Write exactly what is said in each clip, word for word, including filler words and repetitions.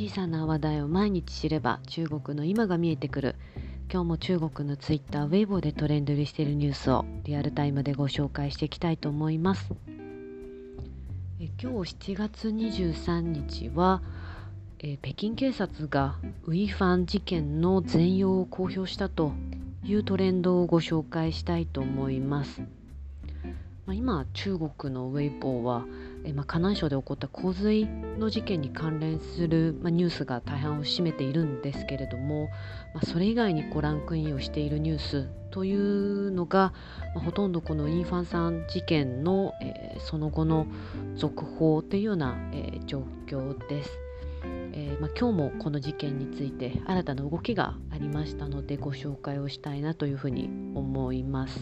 小さな話題を毎日知れば中国の今が見えてくる。今日も中国のツイッター、ウェイボーでトレンド入りしているニュースをリアルタイムでご紹介していきたいと思います。え今日しちがつにじゅうさんにちはえ北京警察がウイファン事件の全容を公表したというトレンドをご紹介したいと思います。まあ、今中国のウェイボーはえ、まあ、河南省で起こった洪水の事件に関連する、まあ、ニュースが大半を占めているんですけれども、まあ、それ以外にこうランクインをしているニュースというのが、まあ、ほとんどこのインファンさん事件の、えー、その後の続報というような、えー、状況です。えーまあ、今日もこの事件について新たな動きがありましたのでご紹介をしたいなというふうに思います。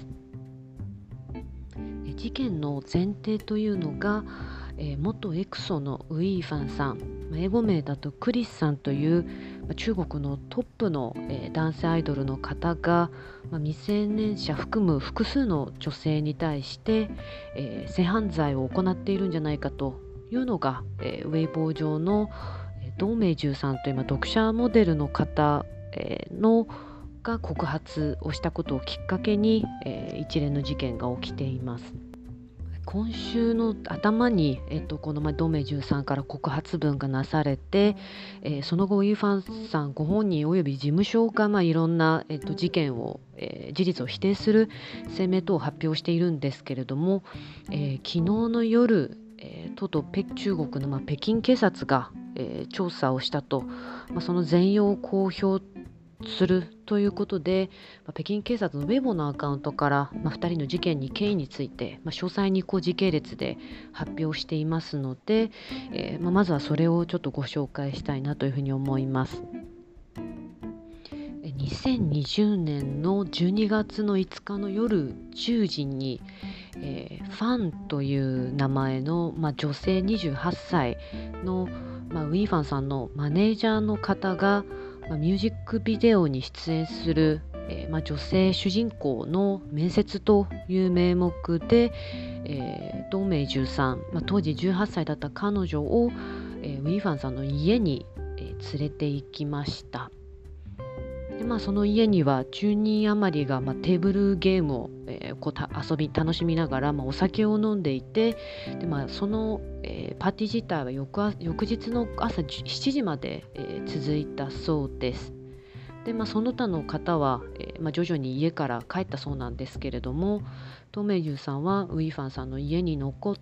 事件の前提というのが、えー、元エクソのウィーファンさん、英語名だとクリスさんという、まあ、中国のトップの、えー、男性アイドルの方が、まあ、未成年者含む複数の女性に対して、えー、性犯罪を行っているんじゃないかというのが、えー、ウェイボー上の道明寺さんという、まあ、読者モデルの方、えー、のが告発をしたことをきっかけに、えー、一連の事件が起きています。今週の頭に、えっと、この道明寺さんから告発文がなされて、えー、その後ウィーファンさんご本人および事務所が、まあ、いろんな、えっと、事件を、えー、事実を否定する声明等を発表しているんですけれども、えー、昨日の夜、えー、とうとう中国の、まあ、北京警察が、えー、調査をしたと、まあ、その全容を公表するということで、まあ、北京警察のウェボのアカウントから、まあ、ふたりの事件に経緯について、まあ、詳細にこう時系列で発表していますので、えーまあ、まずはそれをちょっとご紹介したいなというふうに思います。にせんにじゅうねんのじゅうにがつのいつかの夜じゅうじに、えー、ファンという名前の、まあ、女性にじゅうはっさいの、まあ、ウィーファンさんのマネージャーの方がまあ、ミュージックビデオに出演する、えーまあ、女性主人公の面接という名目で、えー、道明寺さん、まあ、当時じゅうはっさいだった彼女を、えー、ウィーファンさんの家に、えー、連れて行きました。で、まあ、その家にはじゅうにん余りが、まあ、テーブルゲームを、えー、こうた遊び楽しみながら、まあ、お酒を飲んでいて、で、まあ、その、えー、パーティー自体は 翌, 翌日の朝しちじまで、えー、続いたそうです。で、まあ、その他の方は、えーまあ、徐々に家から帰ったそうなんですけれども、道明寺さんはウィーファンさんの家に残って、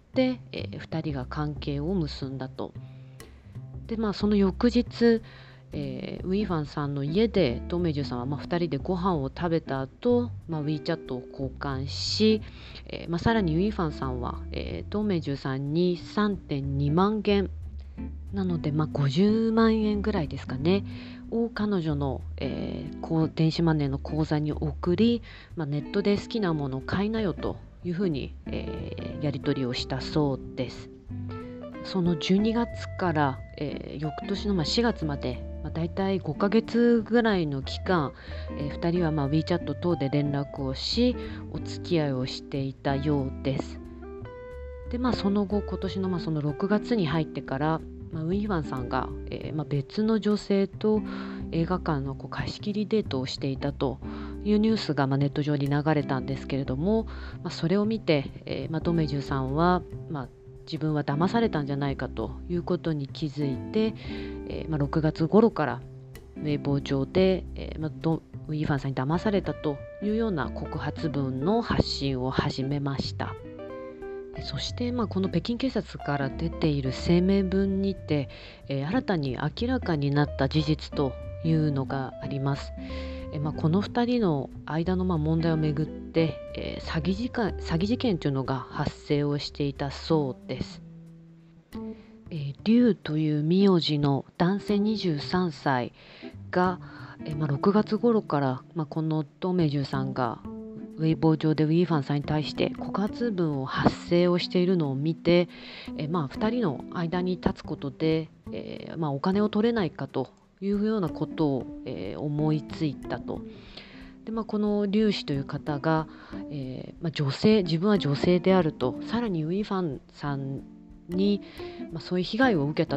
えー、ふたりが関係を結んだと。で、まあ、その翌日えー、ウィーファンさんの家で道明寺さんはまあふたりでご飯を食べた後、まあ、WeChat を交換し、えーまあ、さらにウィーファンさんは、えー、道明寺さんに さんてんにまんげんなので、まあ、ごじゅうまんえんぐらいですかねを彼女の、えー、こう電子マネーの口座に送り、まあ、ネットで好きなものを買いなよというふうに、えー、やり取りをしたそうです。そのじゅうにがつから、えー、翌年のまあしがつまで、まあ、だいたいごかげつぐらいの期間、えー、ふたりはまあ WeChat 等で連絡をしお付き合いをしていたようです。で、まあ、その後今年のまあそのろくがつに入ってから、まあ、ウィーファンさんが、えーまあ、別の女性と映画館のこう貸し切りデートをしていたというニュースがまあネット上に流れたんですけれども、まあ、それを見て、えーまあ、道明寺さんは、まあ自分は騙されたんじゃないかということに気づいて、えーまあ、ろくがつ頃からウェイボー上で、えーまあ、ドウィーファンさんに騙されたというような告発文の発信を始めました。そして、まあ、この北京警察から出ている声明文にて、えー、新たに明らかになった事実というのがあります。えまあ、このふたりの間のまあ問題をめぐって、えー、詐欺事件、詐欺事件というのが発生をしていたそうです。えー、劉という名字の男性にじゅうさんさいが、えーまあ、ろくがつ頃から、まあ、この道明寺さんがウェイボー上でウィーファンさんに対して告発文を発生をしているのを見て、えーまあ、ふたりの間に立つことで、えーまあ、お金を取れないかというようなことを、えー、思いついたと。で、まあ、この劉氏という方が、えーまあ、女性自分は女性であると、さらにウィーファンさんに、まあ、そういう被害を受けたと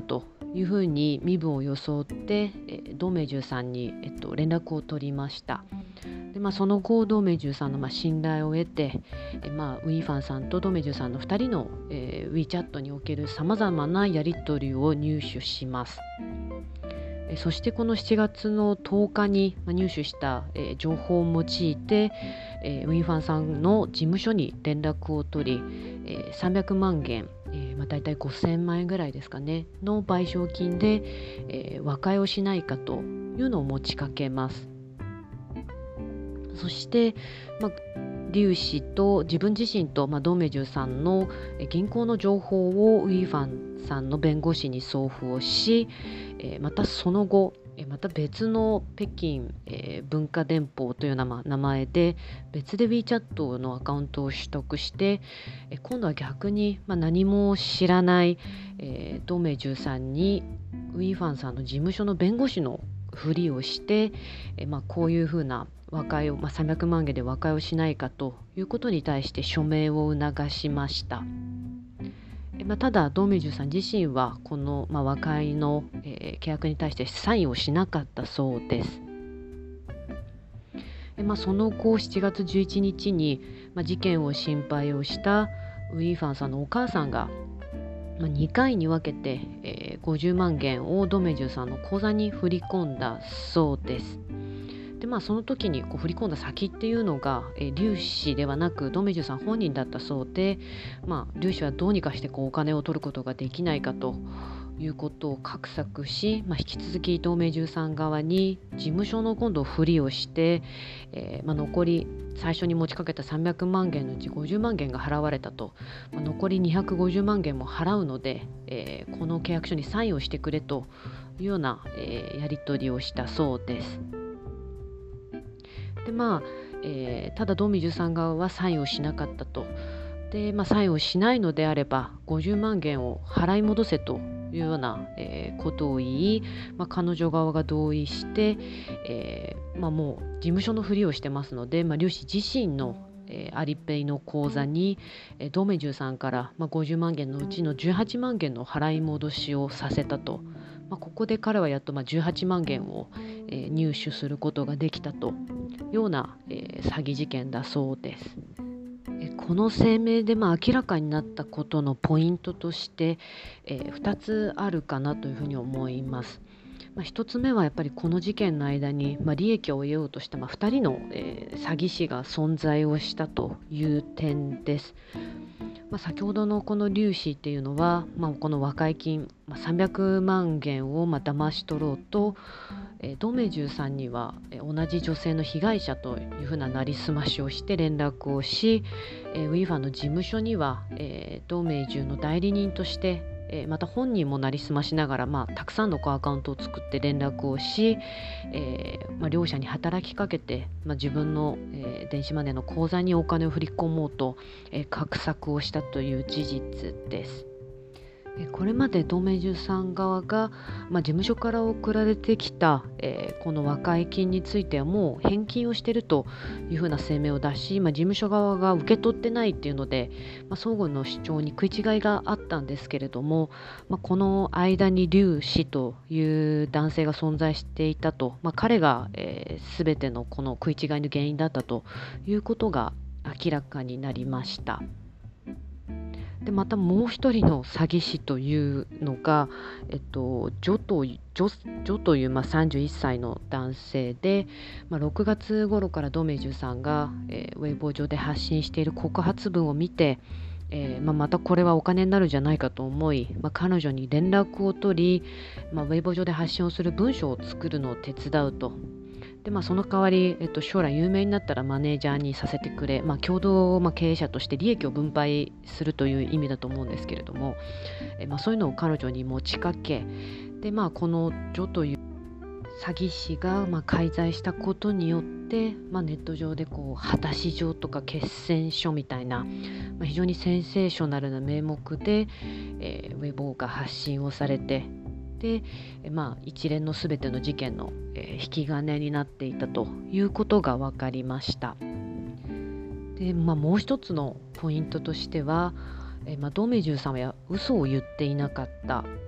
いうふうに身分を装って、えー、ドメジュさんに、えっと、連絡を取りました。で、まあ、その後ドメジュさんのまあ信頼を得て、えーまあ、ウィーファンさんとドメジュさんのふたりの、えー、WeChat におけるさまざまなやり取りを入手します。えー、そしてこのしちがつのとおかに、まあ、入手した、えー、情報を用いて、えー、ウィーファンさんの事務所に連絡を取り、えー、さんびゃくまんげん、えーまあ、大体ごせんまんえんぐらいですかねの賠償金で、えー、和解をしないかというのを持ちかけます。そして、まあ、リュウ氏と自分自身と、まあ、ドメジュさんの銀行の情報をウィーファンさんの弁護士に送付をし、えー、またその後また別の北京、えー、文化電報という名前で別で WeChat のアカウントを取得して、えー、今度は逆に、まあ、何も知らない、えー、ドメジュさんにウィーファンさんの事務所の弁護士のふりをして、えーまあ、こういうふうな和解を、まあ、さんびゃくまんげんで和解をしないかということに対して署名を促しました。まあ、ただドメジュさん自身はこの、まあ、和解の、えー、契約に対してサインをしなかったそうです。えまあ、その後しちがつじゅういちにちに、まあ、事件を心配をしたウィーファンさんのお母さんが、まあ、にかいに分けて、えー、ごじゅうまんげんをドメジュさんの口座に振り込んだそうです。でまあ、その時にこう振り込んだ先っていうのが、えー、リュウ氏ではなくドメジュさん本人だったそうで、まあ、リュウ氏はどうにかしてこうお金を取ることができないかということを画策し、まあ、引き続きドメジュさん側に事務所の今度ふりをして、えーまあ、残り最初に持ちかけたさんびゃくまんげんのうちごじゅうまんげんが払われたと、まあ、残りにひゃくごじゅうまんげんも払うので、えー、この契約書にサインをしてくれというような、えー、やり取りをしたそうです。でまあえー、ただドメジュさん側はサインをしなかったと。で、まあ、サインをしないのであればごじゅうまんげんを払い戻せというような、えー、ことを言い、まあ、彼女側が同意して、えーまあ、もう事務所のふりをしてますので、まあ、リュウ氏自身のえー、アリペイの口座に、えー、ドメジュさんから、まあ、ごじゅうまんげんのうちのじゅうはちまんげんの払い戻しをさせたと、まあ、ここで彼はやっとまあじゅうはちまんげんを、えー、入手することができたというような、えー、詐欺事件だそうです。えー、この声明でまあ明らかになったことのポイントとして、えー、ふたつあるかなというふうに思います。まあ、ひとつめはやっぱりこの事件の間に、まあ、利益を得ようとした、まあ、ふたりの、えー、詐欺師が存在をしたという点です。まあ、先ほどのこのリュウ氏っていうのは、まあ、この和解金、まあ、さんびゃくまんげんをまた騙し取ろうと、えー、ドメジュさんには、えー、同じ女性の被害者というふうななりすましをして連絡をし、えー、ウィーファンの事務所には、えー、ドメジュの代理人としてえー、また本人もなりすましながら、まあ、たくさんのアカウントを作って連絡をし、えーまあ、両者に働きかけて、まあ、自分の、えー、電子マネーの口座にお金を振り込もうと、えー、画策をしたという事実です。これまでドメジュさん側が、まあ、事務所から送られてきた、えー、この和解金についてはもう返金をしているというふうな声明を出し、まあ、事務所側が受け取ってないっていうので、まあ、相互の主張に食い違いがあったんですけれども、まあ、この間にリュウ氏という男性が存在していたと、まあ、彼が、えー、全てのこの食い違いの原因だったということが明らかになりました。でまたもう一人の詐欺師というのが、えっと、ジョとジョジョという、まあ、さんじゅういっさいの男性で、まあ、ろくがつ頃からドメジュさんが、えー、ウェイボー上で発信している告発文を見て、えーまあ、またこれはお金になるんじゃないかと思い、まあ、彼女に連絡を取り、まあ、ウェイボー上で発信をする文章を作るのを手伝うと。でまあ、その代わり、えっと、将来有名になったらマネージャーにさせてくれ、まあ、共同、まあ、経営者として利益を分配するという意味だと思うんですけれども、えまあ、そういうのを彼女に持ちかけで、まあ、このジョという詐欺師が、まあ、介在したことによって、まあ、ネット上でこう果たし状とか決戦書みたいな、まあ、非常にセンセーショナルな名目で、えー、ウェボーが発信をされてで、まあ、一連のすべての事件の、えー、引き金になっていたということが分かりました。で、まあ、もう一つのポイントとしては、えーまあ、ドメジュさんは嘘を言っていなかった、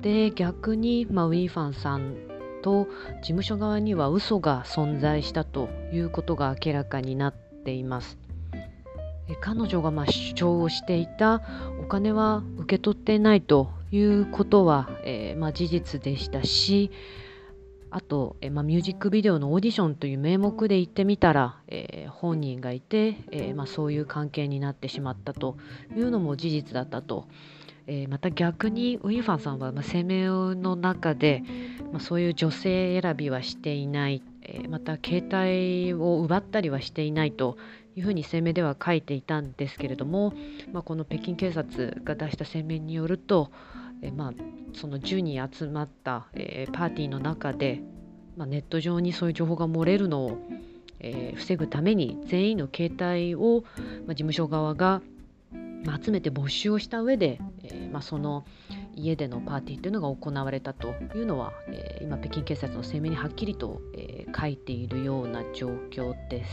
で逆に、まあ、ウィーファンさんと事務所側には嘘が存在したということが明らかになっています。え彼女がまあ主張をしていたお金は受け取っていないということは、えーまあ、事実でしたし、あと、えーまあ、ミュージックビデオのオーディションという名目で行ってみたら、えー本人がいて、えーまあ、そういう関係になってしまったというのも事実だったと。えーまた逆にウィンファンさんは、まあ、声明の中で、まあ、そういう女性選びはしていない、えーまた携帯を奪ったりはしていないというふうに声明では書いていたんですけれども、まあ、この北京警察が出した声明によると、えーまあ、そのじゅうにん集まった、えーパーティーの中で、まあ、ネット上にそういう情報が漏れるのを、えー防ぐために全員の携帯を、まあ、事務所側がまあ集めて没収をした上で、えーまあ、その家でのパーティーというのが行われたというのは、えー今北京警察の声明にはっきりと、えー書いているような状況です。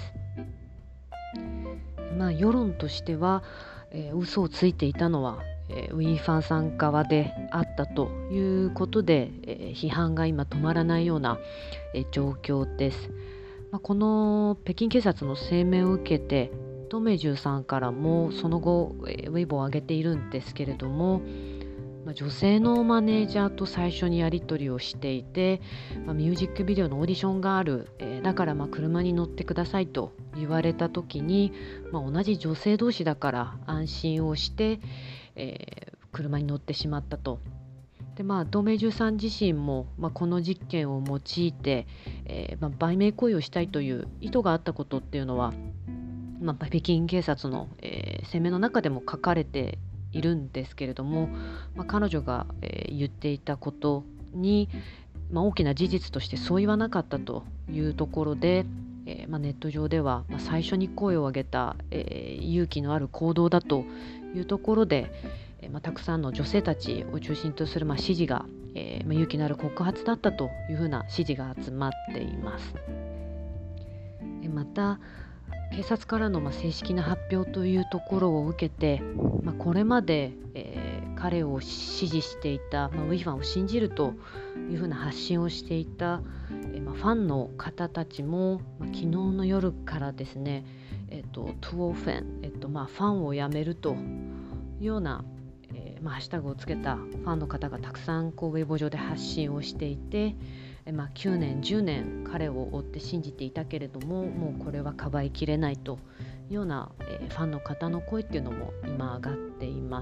まあ、世論としては、えー嘘をついていたのは、えーウィーファンさん側であったということで、えー批判が今止まらないような、えー状況です。まあ、この北京警察の声明を受けてトメジュさんからもその後、えーウェイボーを上げているんですけれども、まあ、女性のマネージャーと最初にやり取りをしていて、まあ、ミュージックビデオのオーディションがある、えーだからまあ車に乗ってくださいと言われた時に、まあ、同じ女性同士だから安心をして、えー車に乗ってしまったと。でまあ、ドメジュさん自身も、まあ、この実験を用いて、えーまあ、売名行為をしたいという意図があったことっていうのは、まあ、北京警察の、えー声明の中でも書かれているんですけれども、まあ、彼女が、えー言っていたことに、まあ、大きな事実としてそう言わなかったというところで、えーまあ、ネット上では、まあ、最初に声を上げた、えー勇気のある行動だというところで、えーまあ、たくさんの女性たちを中心とする、まあ、支持が、えーまあ、勇気のある告発だったというふうな支持が集まっています。えーまた警察からのまあ正式な発表というところを受けて、まあ、これまで、えー彼を支持していた、まあ、ウィーファンを信じるというふうな発信をしていた、えーまあ、ファンの方たちも、まあ、昨日の夜からですね、えっと、トゥオフェン、えっとまあ、ファンをやめるというような、えーまあ、ハッシュタグをつけたファンの方がたくさんこうウェイボー上で発信をしていて、えーまあ、きゅうねんじゅうねん彼を追って信じていたけれども、もうこれはかばいきれないというような、えーファンの方の声っていうのも今上がっています。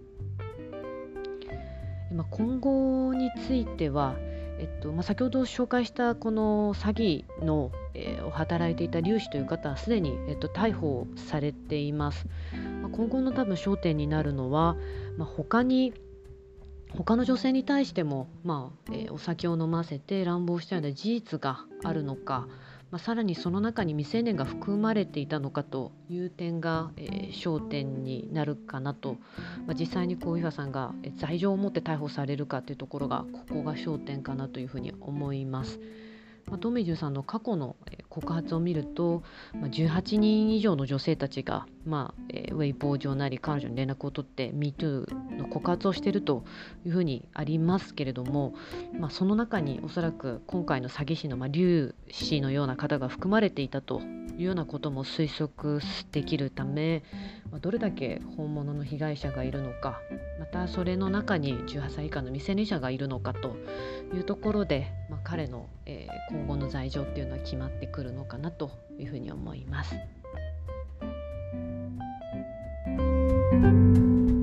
まあ、今後については、えっとまあ、先ほど紹介したこの詐欺の、えーを働いていた粒子という方はすでに、えっと、逮捕されています。まあ、今後の多分焦点になるのは、まあ、他に他の女性に対しても、まあえーお酒を飲ませて乱暴したような事実があるのか、まあ、さらにその中に未成年が含まれていたのかという点が、えー焦点になるかなと、まあ、実際にこうウィファさんがえー罪状を持って逮捕されるかというところがここが焦点かなというふうに思います。まあ、ドメジュさんの過去のえー告発を見ると、まあ、じゅうはちにん以上の女性たちが、まあえーウェイボー上なり彼女に連絡を取って ミートゥー の告発をしているというふうにありますけれども、まあ、その中におそらく今回の詐欺師の、まあ、劉氏のような方が含まれていたというようなことも推測できるため、まあ、どれだけ本物の被害者がいるのか、またそれの中にじゅうはっさい以下の未成年者がいるのかというところで、まあ、彼の、えー今後の罪状っていうのは決まってくるのかなというふうに思います。